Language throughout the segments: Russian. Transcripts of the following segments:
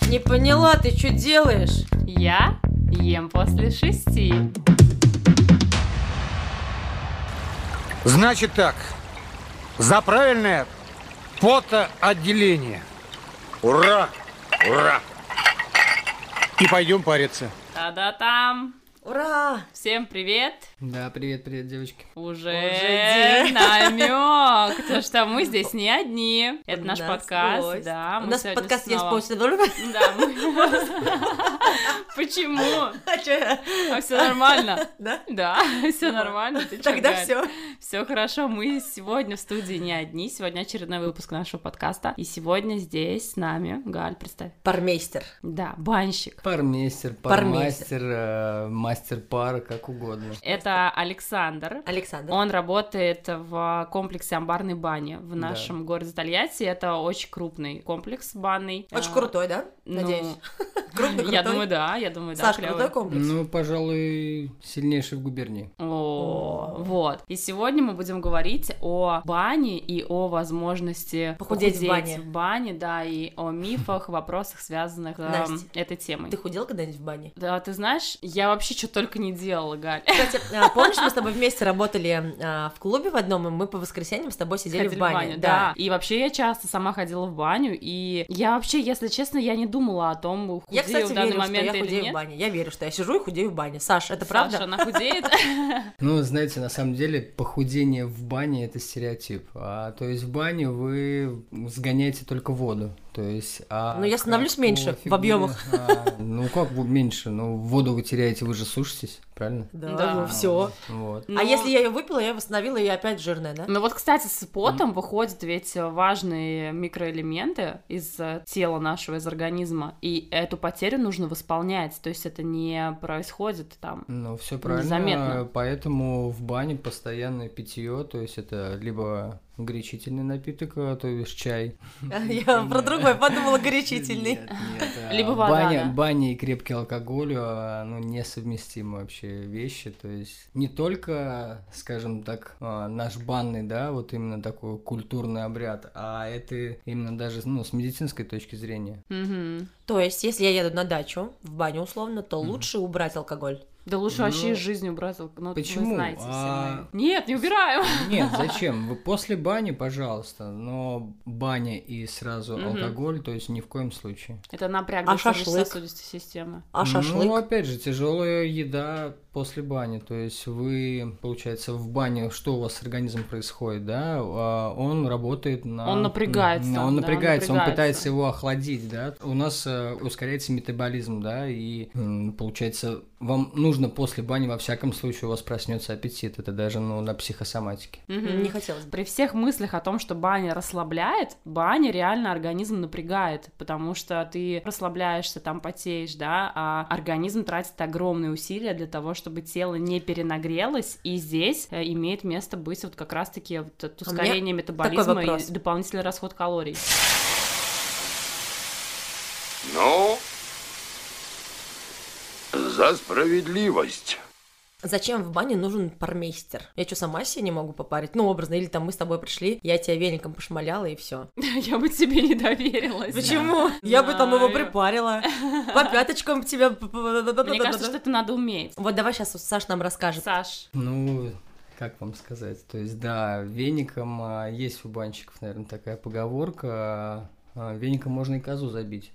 Не поняла, ты что делаешь? Я ем после 6. Значит так, за правильное потоотделение. Ура! Ура! И пойдем париться. Та-да-там! Ура! Всем привет! Да, привет, девочки. Уже день. намек, то что мы здесь не одни. Это У наш нас подкаст, гость. да. У мы нас сегодня подкаст есть снова- после дольга. Да, Почему? А чё? А все нормально? Да? Да, все нормально. Ты чё, Тогда Галь? все. Все хорошо, мы сегодня в студии не одни. Сегодня очередной выпуск нашего подкаста. И сегодня здесь с нами, Галь, представь. Пармейстер. Да, банщик. Пармейстер, пармастер, мастер-пар, как угодно. Это Александр. Александр. Он работает в комплексе амбарной бани в нашем городе Тольятти. Это очень крупный комплекс банный. Очень крутой, да? ну, Надеюсь. Крупный, крутой. Я думаю, да, Саш, клёвый. крутой комплекс. Ну, пожалуй, сильнейший в губернии. Вот. И сегодня мы будем говорить о бане и о возможности Похудеть в бане. в бане, да, и о мифах, вопросах, связанных с Настя, этой темой. Ты худел когда-нибудь в бане? Да, ты знаешь, я вообще что только не делала, Галь. Кстати, помнишь, мы с тобой вместе работали в клубе в одном, и мы по воскресеньям с тобой сидели Ходили в бане. да. И вообще я часто сама ходила в баню, и я вообще, если честно, я не думала о том, Я, худею кстати, в данный верю, что момент я или худею нет. в бане. Я верю, что я сижу и худею в бане. Саш, это правда? Саша, она худеет. Ну, знаете, на самом деле, похудение в бане – это стереотип. То есть в баню вы сгоняете только воду. То есть, Ну, я становлюсь меньше в объемах. Ну, как вы меньше? Ну, воду вы теряете, вы же сушитесь, правильно? Да. Ну все. Вот. А если я ее выпила, я восстановила, и опять жирная, да? Ну вот, кстати, с потом выходят ведь важные микроэлементы из тела нашего, из организма, и эту потерю нужно восполнять, то есть это не происходит там. Ну, все правильно. Незаметно. Поэтому в бане постоянное питье, то есть это либо горячительный напиток, то есть чай. Я про другой подумала, горячительный. Нет. Либо вода, да. Баня и крепкий алкоголь, ну, несовместимые вообще вещи. То есть не только, скажем так, наш банный, да, вот именно такой культурный обряд, а это именно даже, ну, с медицинской точки зрения. Мгм. То есть, если я еду на дачу, в баню условно, то лучше убрать алкоголь. Да лучше Ну, вообще из жизни убрать, ну, почему? вы знаете все мы. Нет, не убираем. Нет, зачем? Вы после бани, пожалуйста, но баня и сразу алкоголь, то есть ни в коем случае. Это напряг А дыхательно-сосудистой шашлык? системы. А шашлык? Ну, опять же, тяжелая еда после бани, то есть вы, получается, в бане, что у вас с организмом происходит, да? Он работает на... Он напрягается, да, Он напрягается, он напрягается. пытается его охладить, да? У нас ускоряется метаболизм, да, и получается, вам нужно после бани, во всяком случае, у вас проснется аппетит, это даже, ну, на психосоматике. Мгм. Не хотелось бы. При всех мыслях о том, что баня расслабляет, баня реально организм напрягает, потому что ты расслабляешься, там потеешь, да, а организм тратит огромные усилия для того, чтобы тело не перенагрелось, и здесь имеет место быть вот как раз-таки вот это ускорение метаболизма вопрос. и дополнительный расход калорий. Ну, за справедливость. Зачем в бане нужен пармейстер? Я что, сама себе не могу попарить? Ну, образно, или там мы с тобой пришли, я тебя веником пошмаляла, и все. Я бы тебе не доверилась. Почему? Я бы там его Знаю. припарила. По пяточкам тебя... Мне кажется, что это надо уметь. Вот давай сейчас Саш нам расскажет. Саш, Ну, как вам сказать, то есть, да, веником есть у банщиков, наверное, такая поговорка, веником можно и козу забить.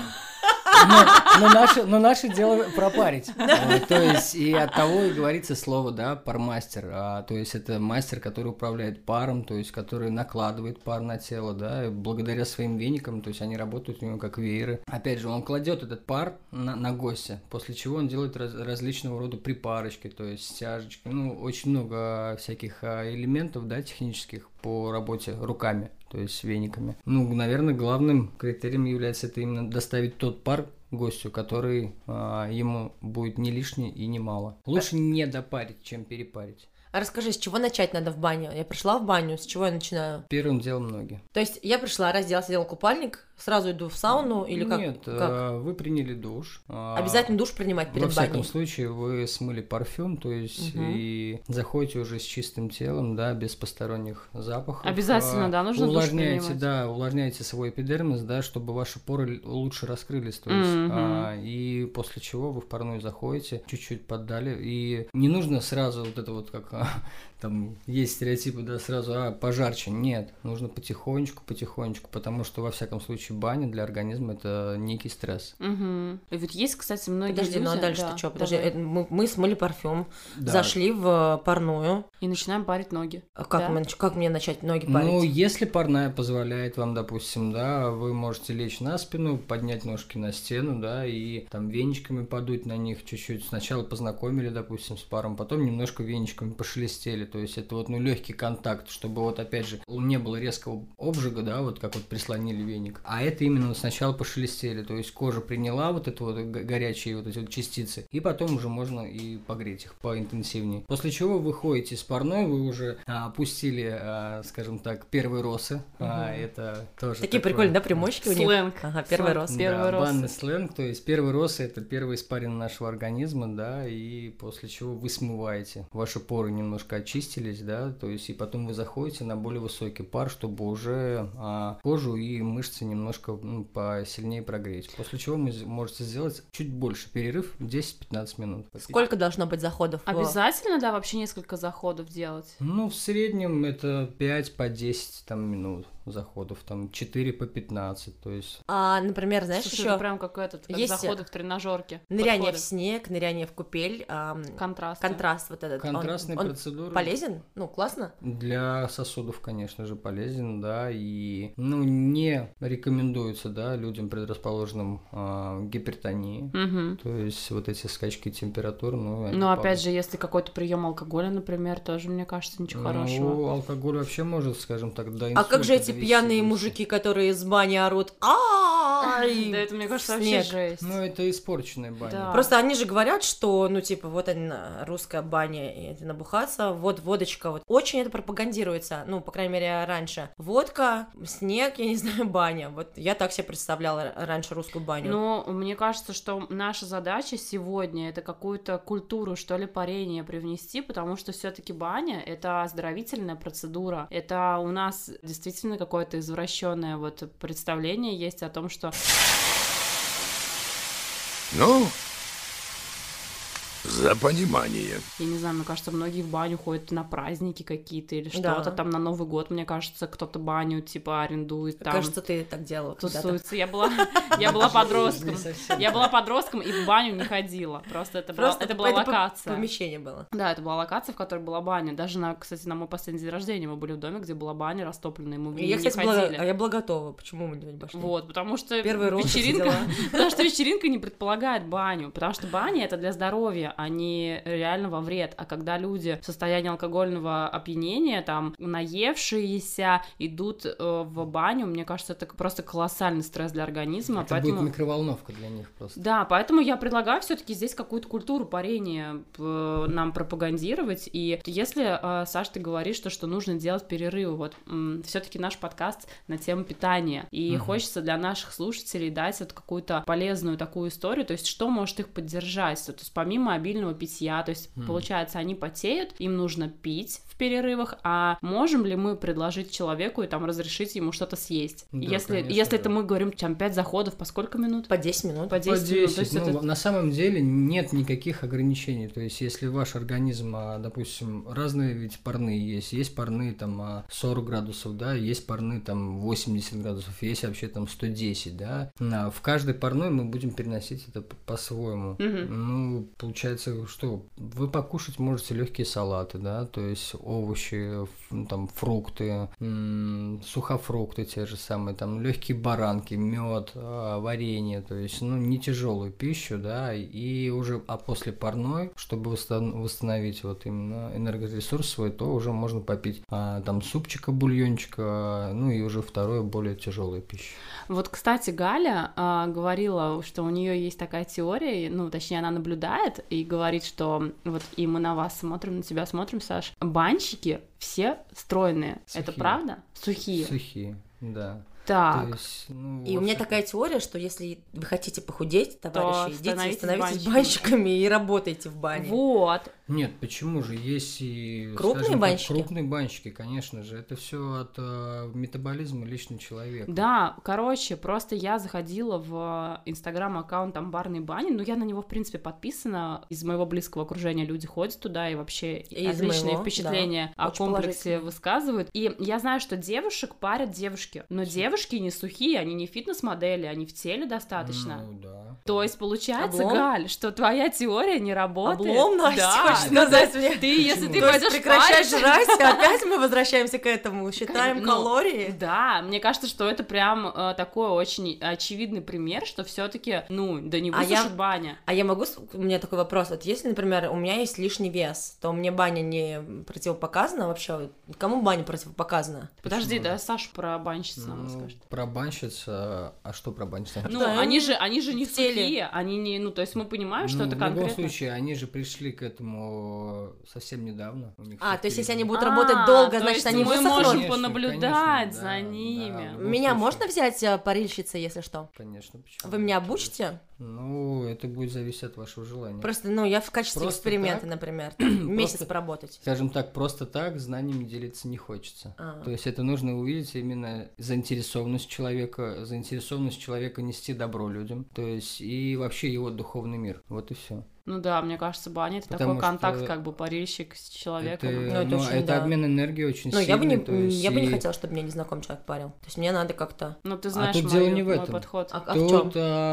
Но наше дело пропарить. То есть, и от того и говорится слово, да, пармастер. То есть, это мастер, который управляет паром, то есть, который накладывает пар на тело, да, и благодаря своим веникам, то есть, они работают у него как вееры. Опять же, он кладет этот пар на гостя, после чего он делает различного рода припарочки, то есть, стяжечки, ну, очень много всяких элементов, да, технических по работе руками, то есть, с вениками. Ну, наверное, главным критерием является это именно доставить тот пар гостю, который ему будет не лишний и не мало. Лучше не допарить, чем перепарить. А расскажи, с чего начать надо в баню? Я пришла в баню, с чего я начинаю? Первым делом ноги. То есть я пришла, разделась, одела купальник, сразу иду в сауну или как? Нет, Как? вы приняли душ. Обязательно душ принимать перед Во всяком баней? случае, вы смыли парфюм, то есть и заходите уже с чистым телом, да, без посторонних запахов. Обязательно, да, нужно душ увлажняете, принимать. да, увлажняете свой эпидермис, да, чтобы ваши поры лучше раскрылись, то есть, и после чего вы в парную заходите, чуть-чуть поддали, и не нужно сразу вот это вот как там есть стереотипы, да, сразу, пожарче, нет, нужно потихонечку, потому что во всяком случае баня для организма это некий стресс. И вот есть, кстати, многие Подожди, люди... ну а дальше да, ты что? Подожди, давай. мы смыли парфюм, Да. зашли в парную. И начинаем парить ноги. А как, Да. как мне начать ноги парить? Ну, если парная позволяет вам, допустим, да, вы можете лечь на спину, поднять ножки на стену, да, и там веничками подуть на них чуть-чуть. Сначала познакомили, допустим, с паром, потом немножко веничками пошелестели. То есть это вот, ну, легкий контакт, чтобы вот опять же не было резкого обжига, да, вот как вот прислонили веник. А это именно сначала пошелестели. То есть кожа приняла вот это вот горячие вот эти вот частицы, и потом уже можно и погреть их поинтенсивнее. После чего вы ходите с парной, вы уже опустили, скажем так, первые росы. Это тоже Такие такое... прикольные, да, примочки у них? Сленг. Ага, первый Сленг. рост. Первый Да, росы. банный сленг, то есть первый росы это первый испарин нашего организма, да, и после чего вы смываете. Ваши поры немножко очистились, да, то есть и потом вы заходите на более высокий пар, чтобы уже кожу и мышцы немножко посильнее прогреть. После чего вы можете сделать чуть больше перерыв, 10-15 минут. Сколько должно быть заходов? Обязательно, да, вообще несколько заходов делать? Ну, в среднем это 5 по 10 там, минут заходов, там 4 по 15, то есть... Например, знаешь, Слушай, еще это прям как есть заходы в тренажерке. ныряние в Подходы. снег, ныряние в купель, Контраст. контраст вот этот. Контрастные он процедуры. полезен? Ну, классно. Для сосудов, конечно же, полезен, да, и, ну, не рекомендуется, да, людям, предрасположенным к гипертонии, то есть вот эти скачки температур, ну... Но опять же, если какой-то прием алкоголя, например, тоже, мне кажется, ничего хорошего. Ну, алкоголь вообще может, скажем так, до А инсульта как же эти довести. пьяные мужики, которые из бани орут? Да это, мне кажется, вообще снег. жесть. Ну, это испорченная баня. Да. Просто они же говорят, что, ну, типа, вот она, русская баня, и это набухаться, вот водочка, вот. Очень это пропагандируется, ну, по крайней мере, раньше. Водка, снег, я не знаю, баня. Вот я так себе представляла раньше русскую баню. Ну, мне кажется, что наша задача сегодня это какую-то культуру, что ли, парения привнести, потому что все-таки баня это оздоровительная процедура. Это у нас действительно какое-то извращенное вот представление есть о том, что Ну, за понимание. я не знаю, мне кажется, многие в баню ходят на праздники какие-то или Да. что-то там на Новый год, мне кажется, кто-то баню типа арендует там. Кажется, ты так делала когда-то. Тусуется. Я была подростком. Я была подростком и в баню не ходила. Просто это была локация. Помещение было. Да, это была локация, в которой была баня. Даже, кстати, на мой последний день рождения мы были в доме, где была баня растопленная, мы в нее Я, не кстати, ходили. я была готова. Почему мы не пошли? Вот, потому что Первый рост вечеринка, все потому что вечеринка не предполагает баню, потому что баня это для здоровья, а не реально во вред. А когда люди в состоянии алкогольного опьянения, там, наевшиеся, идут в баню, мне кажется, это просто колоссальный стресс для организма. Это поэтому... будет микроволновка для них просто. Да, поэтому я предлагаю все-таки здесь какую-то культуру парения нам пропагандировать. И если, Саш, ты говоришь, что нужно делать перерывы, вот все-таки наш подкаст на тему питания, и хочется для наших слушателей дать вот какую-то полезную такую историю, то есть что может их поддержать, то есть помимо обильного питья, то есть получается они потеют, им нужно пить в перерывах, а можем ли мы предложить человеку и там разрешить ему что-то съесть? Да, если конечно, это мы говорим там 5 заходов, по сколько минут? По 10 минут. По 10 По 10. минут. То есть Ну, это... на самом деле нет никаких ограничений. То есть, если ваш организм, допустим, разные ведь парные есть парные там 40 градусов, да, есть парные там 80 градусов, есть вообще там 110, да. В каждой парной мы будем переносить это по-своему. Ну, получается, что вы покушать можете легкие салаты, да, то есть овощи, там фрукты, сухофрукты те же самые, там легкие баранки, мед, варенье, то есть, ну, не тяжелую пищу, да, и уже, после парной, чтобы восстановить вот именно энергоресурс свой, то уже можно попить там супчика, бульончика, ну и уже второе, более тяжелую пищу. Вот, кстати, Галя говорила, что у нее есть такая теория, ну, точнее, она наблюдает и говорить, что вот и мы на вас смотрим, на тебя смотрим, Саш. Банщики все стройные. Сухие. Это правда? Сухие. Сухие, да. Так. То есть, ну, И у меня такая теория, что если вы хотите похудеть, товарищи, идите, становитесь становитесь банщиками. банщиками и работайте в бане. Вот. Нет, почему же? Есть и Крупные скажем так, банщики? крупные банщики, конечно же. Это все от метаболизма личного человека. Да, короче, просто я заходила в инстаграм-аккаунт Амбарной бани, но я на него, в принципе, подписана. Из моего близкого окружения люди ходят туда, и вообще Из отличные моего, впечатления да, о очень комплексе положительные. высказывают. И я знаю, что девушек парят девушки, но девушки не сухие, они не фитнес-модели, они в теле достаточно. Ну, да. То есть получается, Облом? Галь, что твоя теория не работает. Облом, Настя, Да, хочешь ну, сказать то есть мне? ты, если ты То есть пойдешь прекращай парить- жрать, и опять мы возвращаемся к этому, считаем Ну, калории. Да, мне кажется, что это прям такой очень очевидный пример, что все-таки, ну, да не А я- высушит баня. А я могу, у меня такой вопрос, вот если, например, у меня есть лишний вес, то мне баня не противопоказана вообще? Кому баня противопоказана? Подожди, Почему? да, Саша про банщиц нам Ну, расскажет. про банщица, а что про банщица? Ну, да, они же не в теле. сухие, они не, ну, то есть мы понимаем, что Ну, это в любом конкретно. случае, они же пришли к этому совсем недавно. У них А, всё то есть если впереди. они будут работать долго, то значит есть они мы высохнут? можем Конечно, понаблюдать конечно, за да, ними. да, в любом Меня случае. можно взять парильщицей, если что? Конечно, почему? Вы меня обучите? Ну, это будет зависеть от вашего желания. Просто, ну, я в качестве Просто эксперимента, так? например, там, месяц Просто- поработать. Скажем так, просто так знаниями делиться не хочется. А. То есть это нужно увидеть именно заинтересованность человека нести добро людям, то есть и вообще его духовный мир. Вот и все. Ну да, мне кажется, баня это Потому такой контакт, что как бы парильщик с человеком. это очень, это да. обмен энергией очень Ну, сильный. я бы не, то есть я бы не и хотела, чтобы меня незнакомый человек парил. То есть мне надо как-то... Ну, ты знаешь тут дело мою- не в мой этом. подход. А в чем? Тут,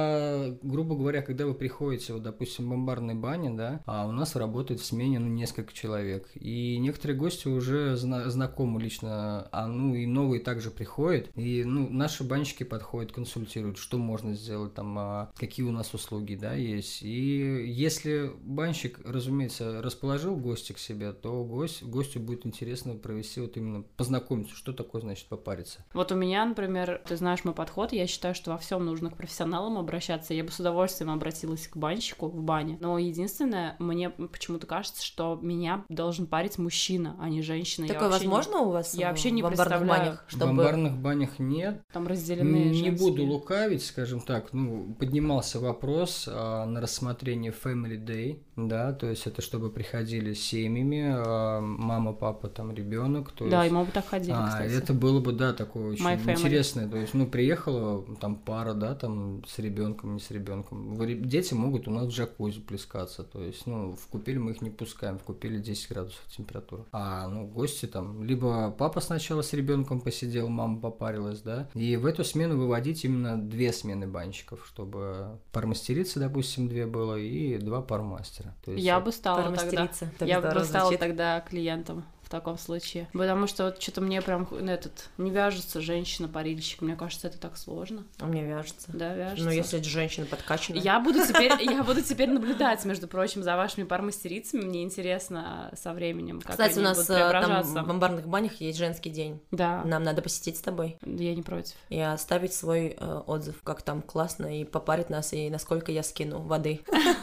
грубо говоря, когда вы приходите, вот, допустим, в бомбарной бане, да, а у нас работает в смене, ну, несколько человек, и некоторые гости уже знакомы лично, ну, и новые также приходят, и, ну, наши банщики подходят, консультируют, что можно сделать, там, какие у нас услуги, да, есть, и если банщик, разумеется, расположил гостя к себе, то гостю будет интересно провести вот именно, познакомиться, что такое, значит, попариться. Вот у меня, например, ты знаешь мой подход, я считаю, что во всем нужно к профессионалам обращаться. Я бы с удовольствием обратилась к банщику в бане. Но единственное, мне почему-то кажется, что меня должен парить мужчина, а не женщина. Я Такое вообще возможно у вас я вообще не бомбарных представляю. банях? В Чтобы... бомбарных банях нет. Там разделены Не женские. буду лукавить, скажем так, ну, поднимался вопрос на рассмотрение Family Day, да, то есть это чтобы приходили с семьями, мама, папа, там, ребенок. Да, и мы бы так ходили, кстати. это было бы, да, такое очень My family. интересное, то есть, ну, приехала там пара, да, там, с ребенком, не с ребенком. Дети могут у нас в джакузи плескаться, то есть, ну, в купель мы их не пускаем, в купели 10 градусов температура. Ну, гости там, либо папа сначала с ребенком посидел, мама попарилась, да, и в эту смену выводить именно 2 смены банщиков, чтобы пармастерицы, допустим, 2 было, и 2 пармастера. То есть Я это- бы стала тогда. Пармастерица. Так Я здорово бы стала звучит. тогда клиентом в таком случае. Потому что вот что-то мне прям не вяжется женщина-парильщик. Мне кажется, это так сложно. У меня вяжется. Да, вяжется. Ну, если это женщина подкачанная. Я буду теперь наблюдать, между прочим, за вашими пармастерицами. Мне интересно со временем, как Кстати, у они нас будут там преображаться. в бомбарных банях есть женский день. Да, Нам надо посетить с тобой я не против. и оставить свой отзыв, как там классно, и попарить нас, и насколько я скину воды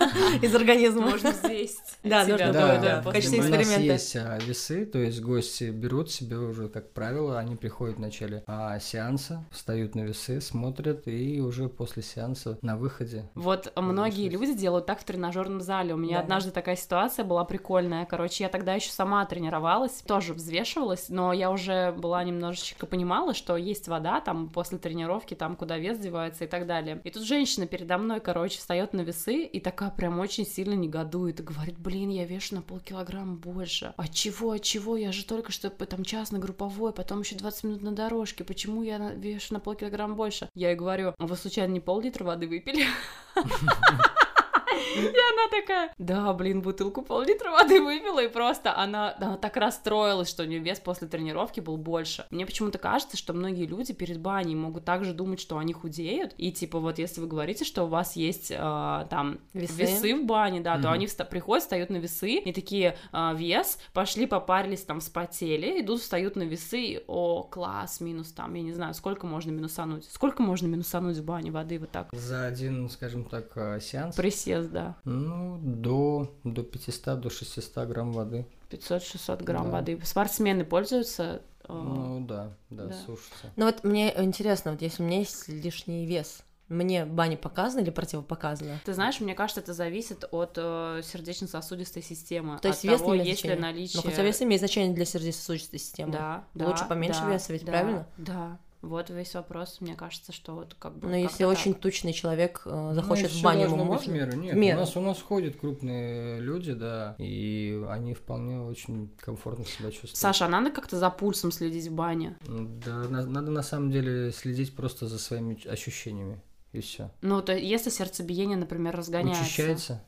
из организма. Можно взвесить. Да, себя нужно до- будет, да, в после качестве у бани. нас эксперимента. есть весы, то есть гости берут себе уже, как правило, они приходят в начале сеанса, встают на весы, смотрят, и уже после сеанса на выходе. Вот многие люди делают так в тренажерном зале. У меня Да. однажды такая ситуация была прикольная. Короче, я тогда еще сама тренировалась, тоже взвешивалась, но я уже была немножечко понимала, что есть вода там после тренировки, там куда вес девается и так далее. И тут женщина передо мной, короче, встает на весы и такая прям очень сильно негодует и говорит: блин, я вешу на полкилограмма больше. От чего? Я же только что там час на групповой, потом еще 20 минут на дорожке. Почему я вешу на полкилограмма больше? Я ей говорю: вы случайно не пол-литра воды выпили? И она такая: да, блин, бутылку пол-литра воды выпила, и просто она так расстроилась, что у нее вес после тренировки был больше. Мне почему-то кажется, что многие люди перед баней могут также думать, что они худеют, и типа вот если вы говорите, что у вас есть там весы в бане, да, то они приходят, встают на весы, и такие: вес, пошли попарились, там вспотели, идут, встают на весы, и, о, класс, минус там, я не знаю, сколько можно минусануть в бане воды вот так? За один, скажем так, сеанс. Присест, да. вода? Ну, до 500, до 600 грамм воды. 500-600 грамм Да. воды. Спортсмены пользуются? Ну, да, Да. сушится. Ну вот мне интересно, вот если у меня есть лишний вес, мне баня показана или противопоказана? Ты знаешь, мне кажется, это зависит от сердечно-сосудистой системы. То есть от вес того, не имеет есть ли значения? наличие... Ну хотя вес имеет значение для сердечно-сосудистой системы. Да, Лучше поменьше веса, ведь правильно? Да. Вот весь вопрос, мне кажется, что вот как бы... Но если как-то очень так. тучный человек захочет всё в баню, ему должно быть можно? в меру. Нет, В меру. У нас ходят крупные люди, да, и они вполне очень комфортно себя чувствуют. Саша, а надо как-то за пульсом следить в бане? Да, надо на самом деле следить просто за своими ощущениями, и все. Ну, то если сердцебиение, например, разгоняется. Учащается?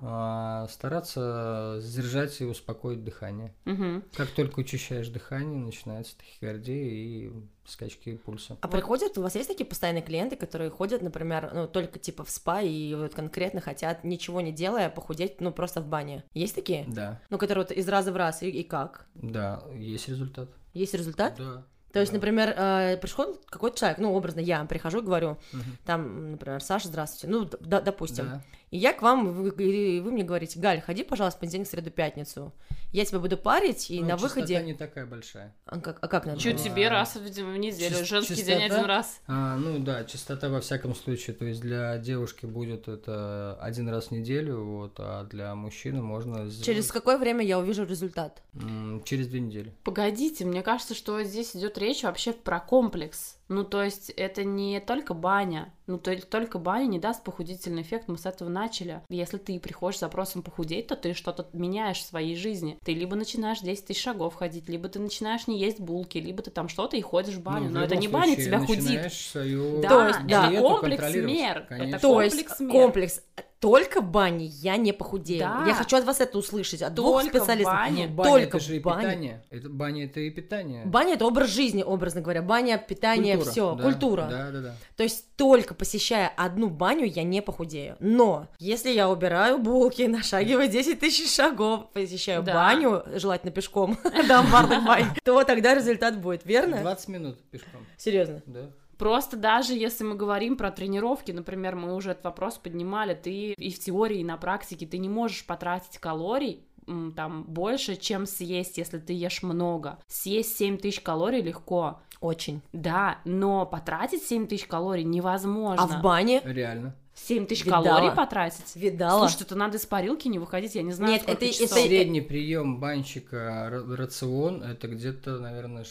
Да. Стараться сдержать и успокоить дыхание. Угу. Как только учащаешь дыхание, начинается тахикардия и скачки пульса. А приходят, у вас есть такие постоянные клиенты, которые ходят, например, ну, только типа в спа и вот конкретно хотят, ничего не делая, похудеть, ну, просто в бане? Есть такие? Да, Ну, которые вот из раза в раз, и как? да, есть результат. Есть результат? Да. То есть, Да. например, пришел какой-то человек, ну, образно, я прихожу и говорю, там, например, Саша, здравствуйте, ну, допустим, Да. и я к вам, и вы мне говорите, Галь, ходи, пожалуйста, в понедельник, среду, пятницу, я тебя буду парить, и Ну, на частота выходе... не такая большая. А как надо? Чуть тебе раз в неделю, женский день Частота? один раз. Ну да, частота во всяком случае, то есть для девушки будет это один раз в неделю, вот, а для мужчины можно сделать Через какое время я увижу результат? через 2 недели. Погодите, мне кажется, что здесь идет речь вообще про комплекс. Ну, то есть, это не только баня. Ну, только баня не даст похудительный эффект, мы с этого начали. Если ты приходишь с запросом похудеть, то ты что-то меняешь в своей жизни. Ты либо начинаешь 10 тысяч шагов ходить, либо ты начинаешь не есть булки, либо ты там что-то и ходишь в баню. Ну, в Но это любом не баня случае, тебя худит. начинаешь свою Да, То есть, это да. диету комплекс контролировать, мер. конечно. Это То есть комплекс мер. комплекс только в бане я не похудею. Да. Я хочу от вас это услышать, от двух Только в специалистов. бане. Ну, баня Только это же и в бане. питание. Баня это и питание. Баня — это образ жизни, образно говоря. Баня, питание, Культура, все, да, культура. Да. То есть только посещая одну баню я не похудею. Но если я убираю булки, нашагиваю 10 тысяч шагов, посещаю Да. баню, желательно пешком до амбарных бань, то тогда результат будет, верно? 20 минут пешком. Серьезно. Да. Просто даже если мы говорим про тренировки, например, мы уже этот вопрос поднимали, ты и в теории, и на практике, ты не можешь потратить калорий там больше, чем съесть, если ты ешь много. Съесть 7 тысяч калорий легко, Очень. да, но потратить 7 тысяч калорий невозможно. А в бане? Реально. 7 тысяч Видала. калорий потратить? Видала. Слушай, это надо из парилки не выходить, я не знаю, Нет, сколько это- часов. это- Средний прием банщика рацион это где-то, наверное,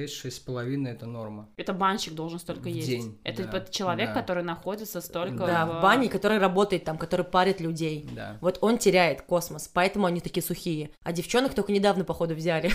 6-6,5 это норма. Это банщик должен столько В есть. день, Это да, человек, да. который находится столько Да, в бане, который работает там, который парит людей. Да. Вот он теряет космос, поэтому они такие сухие. А девчонок только недавно, походу, взяли.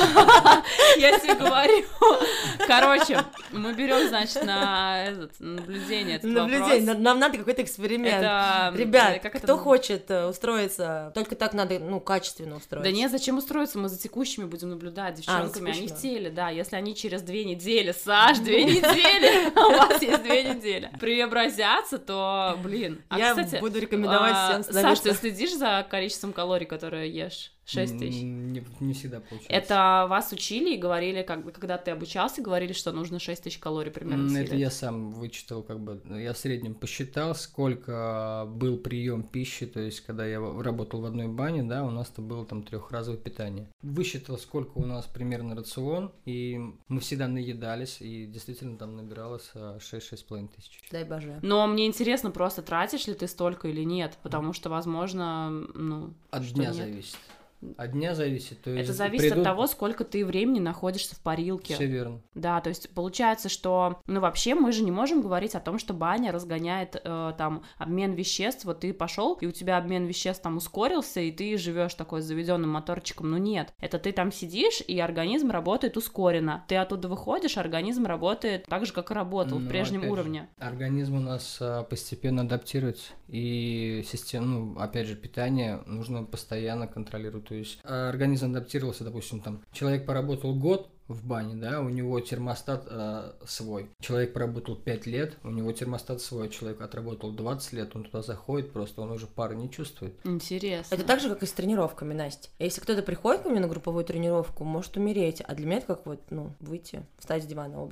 Я тебе говорю. Короче, мы берем, значит, на наблюдение этот Наблюдение. вопрос. Нам надо какой-то эксперимент. Это, Ребят, как это кто называется? хочет устроиться, только так надо, ну, качественно устроиться. Да нет, зачем устроиться? Мы за текущими будем наблюдать, девчонками. Они в текущими. теле, да. Если они через 2 недели, Саш, 2 недели, у вас есть 2 недели, преобразятся, то, блин. А, Я кстати, буду рекомендовать всем Саш, становиться. ты следишь за количеством калорий, которые ешь? 6 тысяч. Не всегда получается. Это вас учили и говорили, когда ты обучался, говорили, что нужно 6 тысяч калорий примерно Это съедать? я сам вычитал, как бы, я в среднем посчитал, сколько был прием пищи, то есть, когда я работал в одной бане, да, у нас-то было там 3-разовое питание. Высчитал, сколько у нас примерно рацион, и мы всегда наедались, и действительно там набиралось 6-6,5 тысяч. Дай боже. Но мне интересно, просто тратишь ли ты столько или нет, потому что, возможно, ну... От что дня нет. зависит. От дня зависит. То есть Это зависит от того, сколько ты времени находишься в парилке. Все верно. Да, то есть получается, что, ну, вообще мы же не можем говорить о том, что баня разгоняет там обмен веществ. Вот ты пошел, и у тебя обмен веществ там ускорился, и ты живешь такой с заведенным моторчиком. Ну нет, это ты там сидишь, и организм работает ускоренно. Ты оттуда выходишь, организм работает так же, как и работал в Но, прежнем опять же, уровне. Организм у нас постепенно адаптируется, и система, ну, опять же, питание нужно постоянно контролировать. То есть организм адаптировался, допустим, там человек поработал год в бане, да, у него термостат свой. Человек поработал 5 лет, у него термостат свой. Человек отработал 20 лет, он туда заходит, просто он уже пары не чувствует. Интересно. Это так же, как и с тренировками, Настя. Если кто-то приходит ко мне на групповую тренировку, может умереть. А для меня это как вот, ну, выйти, встать с дивана образно.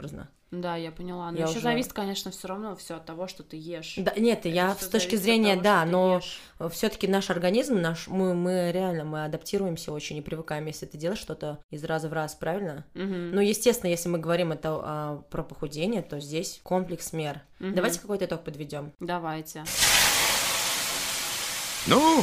Да, я поняла. Но Я еще уже- зависит, конечно, все равно все от того, что ты ешь. Да, нет, Это я всё с точки зависит от зрения, того, да, что ты но ешь. все-таки наш организм, мы реально, мы адаптируемся очень и привыкаем, если ты делаешь что-то из раза в раз, правильно? Мгм. Ну, естественно, если мы говорим это про похудение, то здесь комплекс мер. Мгм. Давайте какой-то итог подведем. Давайте. Ну,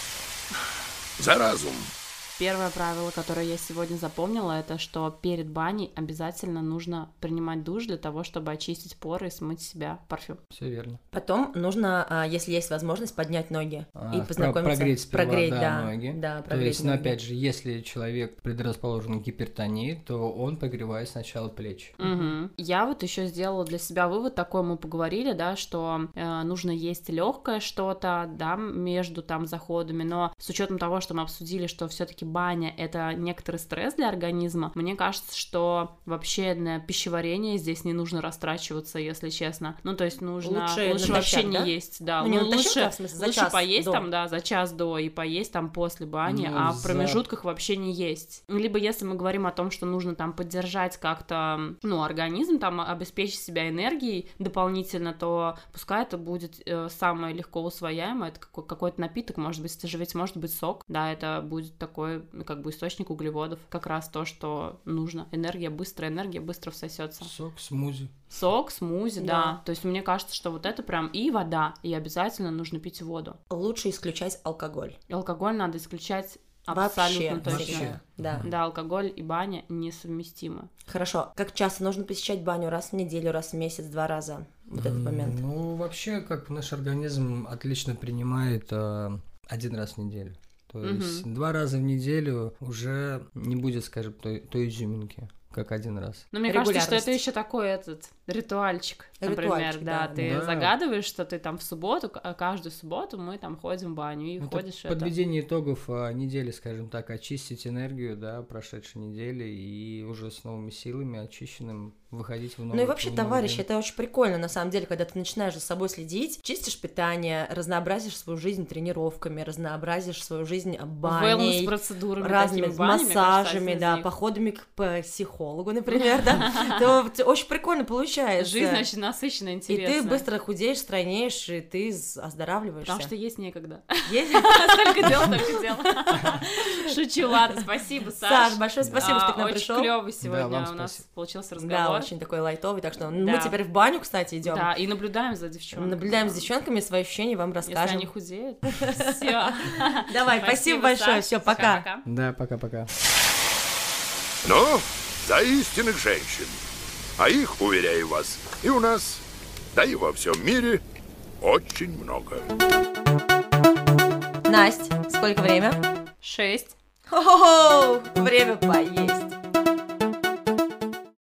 за разум. Первое правило, которое я сегодня запомнила, это что перед баней обязательно нужно принимать душ для того, чтобы очистить поры и смыть с себя парфюм. Все верно. Потом нужно, если есть возможность, поднять ноги и познакомиться. Прогреть сперва, Прогреть, да, да. ноги. Да, То прогреть есть, но ноги. опять же, если человек предрасположен к гипертонии, то он прогревает сначала плечи. Мгм. Я вот еще сделала для себя вывод такой, мы поговорили, да, что нужно есть легкое что-то, да, между там заходами, но с учетом того, что мы обсудили, что все-таки баня это некоторый стресс для организма, мне кажется, что вообще на пищеварение здесь не нужно растрачиваться, если честно. Ну, то есть нужно Лучше вообще натощак, не да? есть, да. Ну, не Ну, натощак, лучше, а в смысле за лучше час поесть до. там, да, за час до и поесть там после бани, Ну, а в за- промежутках вообще не есть. Либо если мы говорим о том, что нужно там поддержать как-то, ну, организм, там, обеспечить себя энергией дополнительно, то пускай это будет самое легко усвояемое, это какой-то напиток, может быть, это же ведь может быть сок, да, это будет такой, ну, как бы источник углеводов, как раз то, что нужно. Энергия быстро всосется. Сок, смузи. Сок, смузи, да. Да. То есть мне кажется, что вот это прям и вода, и обязательно нужно пить воду. Лучше исключать алкоголь. И алкоголь надо исключать абсолютно Вообще. точно. Вообще, да. Да, алкоголь и баня несовместимы. Хорошо. Как часто нужно посещать баню? Раз в неделю, раз в месяц, 2 раза? Вот этот момент. Ну, вообще, как наш организм отлично принимает 1 раз в неделю. То есть 2 раза в неделю уже не будет, скажем, той изюминки, как 1 раз. Но мне кажется, что это Регулярность. еще такой ритуальчик, например, Ритуальчик, да, да. ты Да. загадываешь, что ты там в субботу, каждую субботу мы там ходим в баню и Это ходишь подведение итогов недели, скажем так, очистить энергию, да, прошедшей недели и уже с новыми силами, очищенным, выходить в новый. Ну и вообще, в новый товарищи, день. это очень прикольно, на самом деле, когда ты начинаешь за собой следить, чистишь питание, разнообразишь свою жизнь тренировками, разнообразишь свою жизнь баней, wellness-процедурами, разными такими банями, мне кажется, массажами, один из да, них. походами к психологу, например, да, то очень прикольно получается. Жизнь очень насыщенная, И интересная. ты быстро худеешь, стройнеешь, и ты оздоравливаешься. Потому что есть некогда. Есть? Столько дел, столько дел. Шучу, ладно, спасибо, Саш. Саш, большое спасибо, что ты к нам Очень пришел. клёвый сегодня вам у нас спасибо. получился Да, разговор. очень такой лайтовый, так что Да. мы теперь в баню, кстати, идем. Да, и наблюдаем за девчонками. Наблюдаем с девчонками, свои ощущения вам Если расскажем. они худеют. Все. Давай, спасибо большое, все, пока. Да, пока-пока. Ну, за истинных женщин. А их, уверяю вас, и у нас, да и во всем мире очень много. Настя, сколько время? 6. Хо-хо-хо, время поесть.